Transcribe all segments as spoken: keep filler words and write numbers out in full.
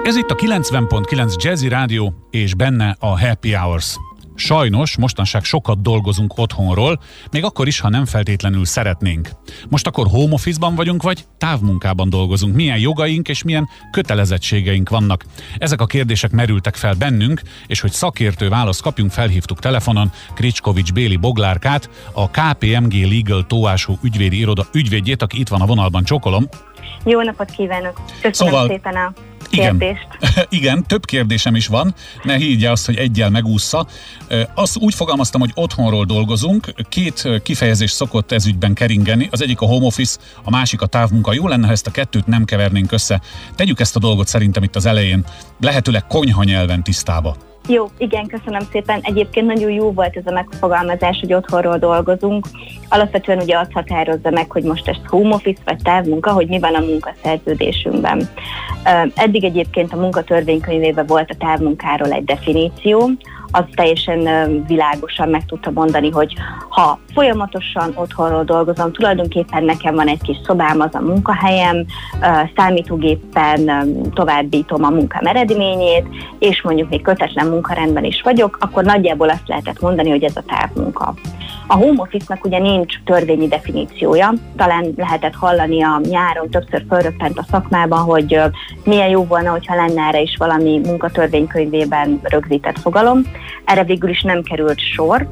Ez itt a kilencven pont kilenc Jazzy Rádió, és benne a Happy Hours. Sajnos mostanság sokat dolgozunk otthonról, még akkor is, ha nem feltétlenül szeretnénk. Most akkor home office-ban vagyunk, vagy távmunkában dolgozunk? Milyen jogaink és milyen kötelezettségeink vannak? Ezek a kérdések merültek fel bennünk, és hogy szakértő választ kapjunk, felhívtuk telefonon Kricskovics Béli Boglárkát, a ká pé em gé Legal Tóásó ügyvédi iroda ügyvédjét, aki itt van a vonalban. Csókolom! Jó napot kívánok! Köszönöm szóval... szépen a kérdést. Igen. Igen, több kérdésem is van, ne higgye azt, hogy egyel megússza. Azt úgy fogalmaztam, hogy otthonról dolgozunk, két kifejezés szokott ez ügyben keringeni, az egyik a home office, a másik a távmunka. Jó lenne, ha ezt a kettőt nem kevernénk össze. Tegyük ezt a dolgot szerintem itt az elején, lehetőleg konyha nyelven tisztába. Jó, igen, köszönöm szépen. Egyébként nagyon jó volt ez a megfogalmazás, hogy otthonról dolgozunk. Alapvetően ugye azt határozza meg, hogy most ez home office vagy távmunka, hogy mi van a munkaszerződésünkben. Eddig egyébként a munkatörvénykönyvében volt a távmunkáról egy definíció, az teljesen világosan meg tudta mondani, hogy ha folyamatosan otthonról dolgozom, tulajdonképpen nekem van egy kis szobám, az a munkahelyem, számítógépen továbbítom a munkám eredményét, és mondjuk még kötetlen munkarendben is vagyok, akkor nagyjából azt lehetett mondani, hogy ez a távmunka. A home office-nak ugye nincs törvényi definíciója, talán lehetett hallani a nyáron, többször fölröppent a szakmában, hogy milyen jó volna, hogyha lenne erre is valami munkatörvénykönyvében rögzített fogalom. Erre végül is nem került sor.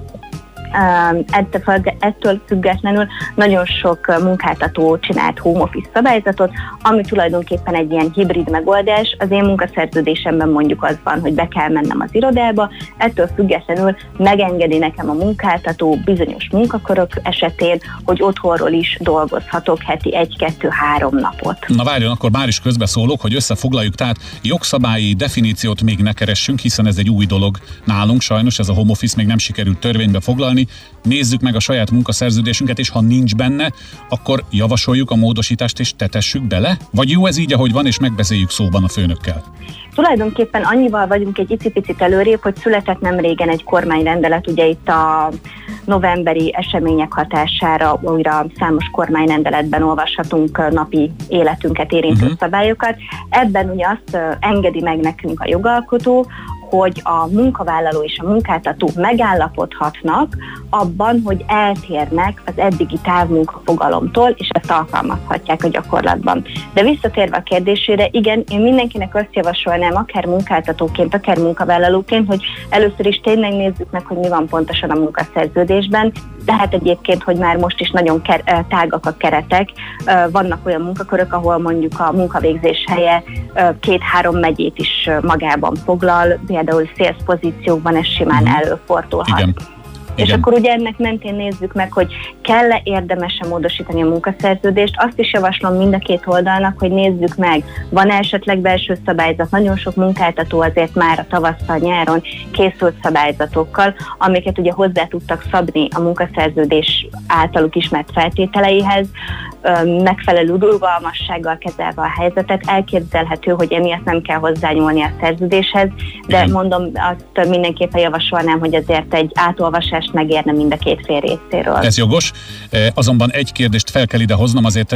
Ettől függetlenül nagyon sok munkáltató csinált home office szabályzatot, ami tulajdonképpen egy ilyen hibrid megoldás. Az én munkaszerződésemben mondjuk az van, hogy be kell mennem az irodába, ettől függetlenül megengedi nekem a munkáltató bizonyos munkakörök esetén, hogy otthonról is dolgozhatok heti egy-kettő-három napot. Na várjon, akkor már is közbeszólok, hogy összefoglaljuk, tehát jogszabályi definíciót még ne keressünk, hiszen ez egy új dolog nálunk, sajnos ez a home office még nem sikerült törvénybe foglalni. Nézzük meg a saját munkaszerződésünket, és ha nincs benne, akkor javasoljuk a módosítást, és tetessük bele? Vagy jó ez így, ahogy van, és megbeszéljük szóban a főnökkel? Tulajdonképpen annyival vagyunk egy icipicit előrébb, hogy született nem régen egy kormányrendelet, ugye itt a novemberi események hatására újra számos kormányrendeletben olvashatunk napi életünket érintő uh-huh. szabályokat. Ebben ugye azt engedi meg nekünk a jogalkotó, hogy a munkavállaló és a munkáltató megállapodhatnak abban, hogy eltérnek az eddigi távmunka fogalomtól, és ezt alkalmazhatják a gyakorlatban. De visszatérve a kérdésére, igen, én mindenkinek azt javasolnám, akár munkáltatóként, akár munkavállalóként, hogy először is tényleg nézzük meg, hogy mi van pontosan a munkaszerződésben. Lehet egyébként, hogy már most is nagyon ker- tágak a keretek. Vannak olyan munkakörök, ahol mondjuk a munkavégzés helye két-három megyét is magában foglal, például sales pozíciókban ez simán uh-huh. előfordulhat. Igen. És Igen. akkor ugye ennek mentén nézzük meg, hogy kell-e érdemesen módosítani a munkaszerződést. Azt is javaslom mind a két oldalnak, hogy nézzük meg, van esetleg belső szabályzat. Nagyon sok munkáltató azért már a tavasszal, nyáron készült szabályzatokkal, amiket ugye hozzá tudtak szabni a munkaszerződés általuk ismert feltételeihez, megfelelő rugalmassággal kezelve a helyzetet. Elképzelhető, hogy emiatt nem kell hozzányúlni a szerződéshez, de Igen. mondom, azt mindenképpen javasolnám, hogy azért egy átolvasást megérne mind a két fél részéről. Ez jogos, azonban egy kérdést fel kell ide hoznom, azért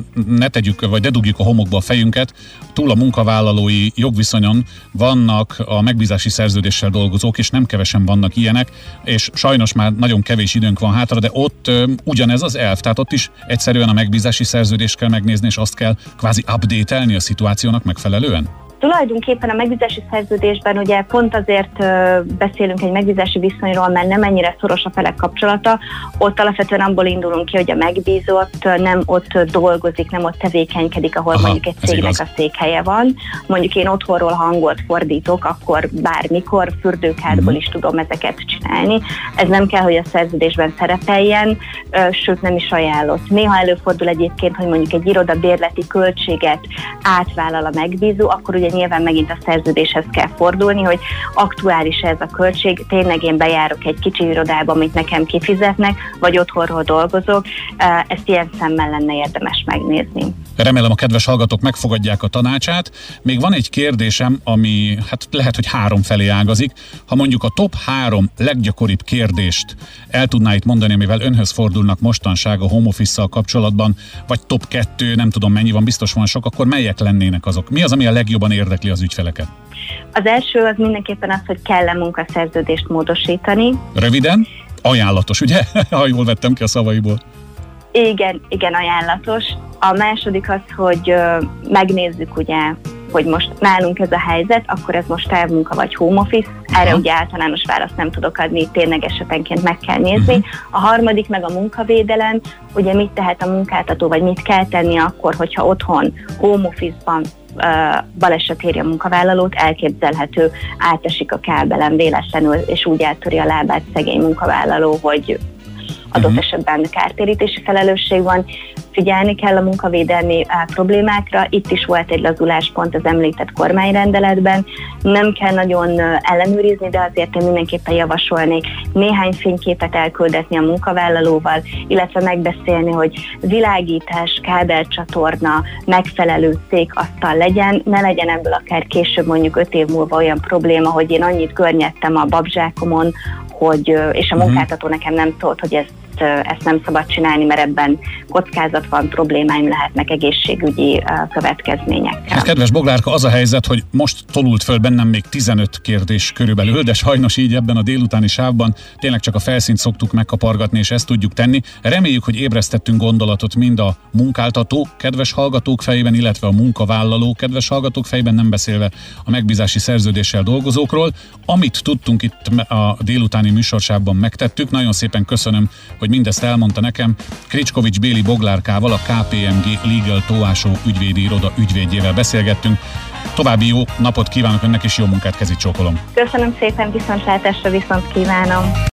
ne tegyük, vagy ne dugjuk a homokba a fejünket. Túl a munkavállalói jogviszonyon vannak a megbízási szerződéssel dolgozók, és nem kevesen vannak ilyenek, és sajnos már nagyon kevés időnk van hátra, de ott ugyanez az elv, tehát ott is egyszerűen a megbízási szerződést kell megnézni, és azt kell kvázi update-elni a szituációnak megfelelően? Tulajdonképpen a megbízási szerződésben ugye pont azért ö, beszélünk egy megbízási viszonyról, mert nem ennyire szoros a felek kapcsolata. Ott alapvetően abból indulunk ki, hogy a megbízott nem ott dolgozik, nem ott tevékenykedik, ahol Aha, mondjuk egy cégnek a székhelye van. Mondjuk én otthonról hangolt fordítok, akkor bármikor fürdőkádból uh-huh. is tudom ezeket csinálni. Ez nem kell, hogy a szerződésben szerepeljen, ö, sőt nem is ajánlott. Néha előfordul egyébként, hogy mondjuk egy iroda bérleti költséget átvállal a megbízó, akkor ugye nyilván megint a szerződéshez kell fordulni, hogy aktuális ez a költség, tényleg én bejárok egy kicsi irodába, amit nekem kifizetnek, vagy otthonról dolgozok, ezt ilyen szemmel lenne érdemes megnézni. Remélem a kedves hallgatók megfogadják a tanácsát. Még van egy kérdésem, ami hát lehet, hogy három felé ágazik. Ha mondjuk a top három leggyakoribb kérdést el tudná itt mondani, amivel önhöz fordulnak mostanság a home office-szal kapcsolatban, vagy top kettő, nem tudom mennyi van, biztos van sok, akkor melyek lennének azok? Mi az, ami a legjobban érdekli az ügyfeleket? Az első az mindenképpen az, hogy kell-e munkaszerződést módosítani. Röviden, ajánlatos, ugye? Ha jól vettem ki a szavaiból. Igen, igen, ajánlatos. A második az, hogy ö, megnézzük ugye, hogy most nálunk ez a helyzet, akkor ez most távmunka vagy home office. Erre uh-huh. ugye általános választ nem tudok adni, tényleg esetenként meg kell nézni. Uh-huh. A harmadik meg a munkavédelem, ugye mit tehet a munkáltató, vagy mit kell tenni akkor, hogyha otthon home office-ban uh, baleset éri a munkavállalót, elképzelhető, átesik a kábelen véletlenül, és úgy eltöri a lábát szegény munkavállaló, hogy adott uh-huh. esetben kártérítési felelősség van, figyelni kell a munkavédelmi á, problémákra. Itt is volt egy lazuláspont az említett kormányrendeletben. Nem kell nagyon ellenőrizni, de azért én mindenképpen javasolnék néhány fényképet elküldetni a munkavállalóval, illetve megbeszélni, hogy világítás, kábelcsatorna, megfelelő szék, asztal legyen, ne legyen ebből akár később mondjuk öt év múlva olyan probléma, hogy én annyit görnyedtem a babzsákomon, hogy, és a munkáltató nekem nem szólt, hogy ezt, ezt nem szabad csinálni, mert ebben kockázat van, problémáim lehetnek egészségügyi következményekkel. Hát, kedves Boglárka, az a helyzet, hogy most tolult föl bennem még tizenöt kérdés körülbelül, de sajnos így ebben a délutáni sávban tényleg csak a felszínt szoktuk megkapargatni, és ezt tudjuk tenni. Reméljük, hogy ébresztettünk gondolatot mind a munkáltató kedves hallgatók fejében, illetve a munkavállaló kedves hallgatók fejében, nem beszélve a megbízási szerződéssel dolgozókról. Amit tudtunk itt a délutáni műsorsávban megtettük. Nagyon szépen köszönöm, hogy mindezt elmondta nekem. Kricskovics Béli Boglárkával, a ká pé em gé Legal Tóásó ügyvédi iroda ügyvédjével beszélgettünk. További jó napot kívánok önnek, és jó munkát, kezit csókolom. Köszönöm szépen, viszontlátásra, viszont kívánom.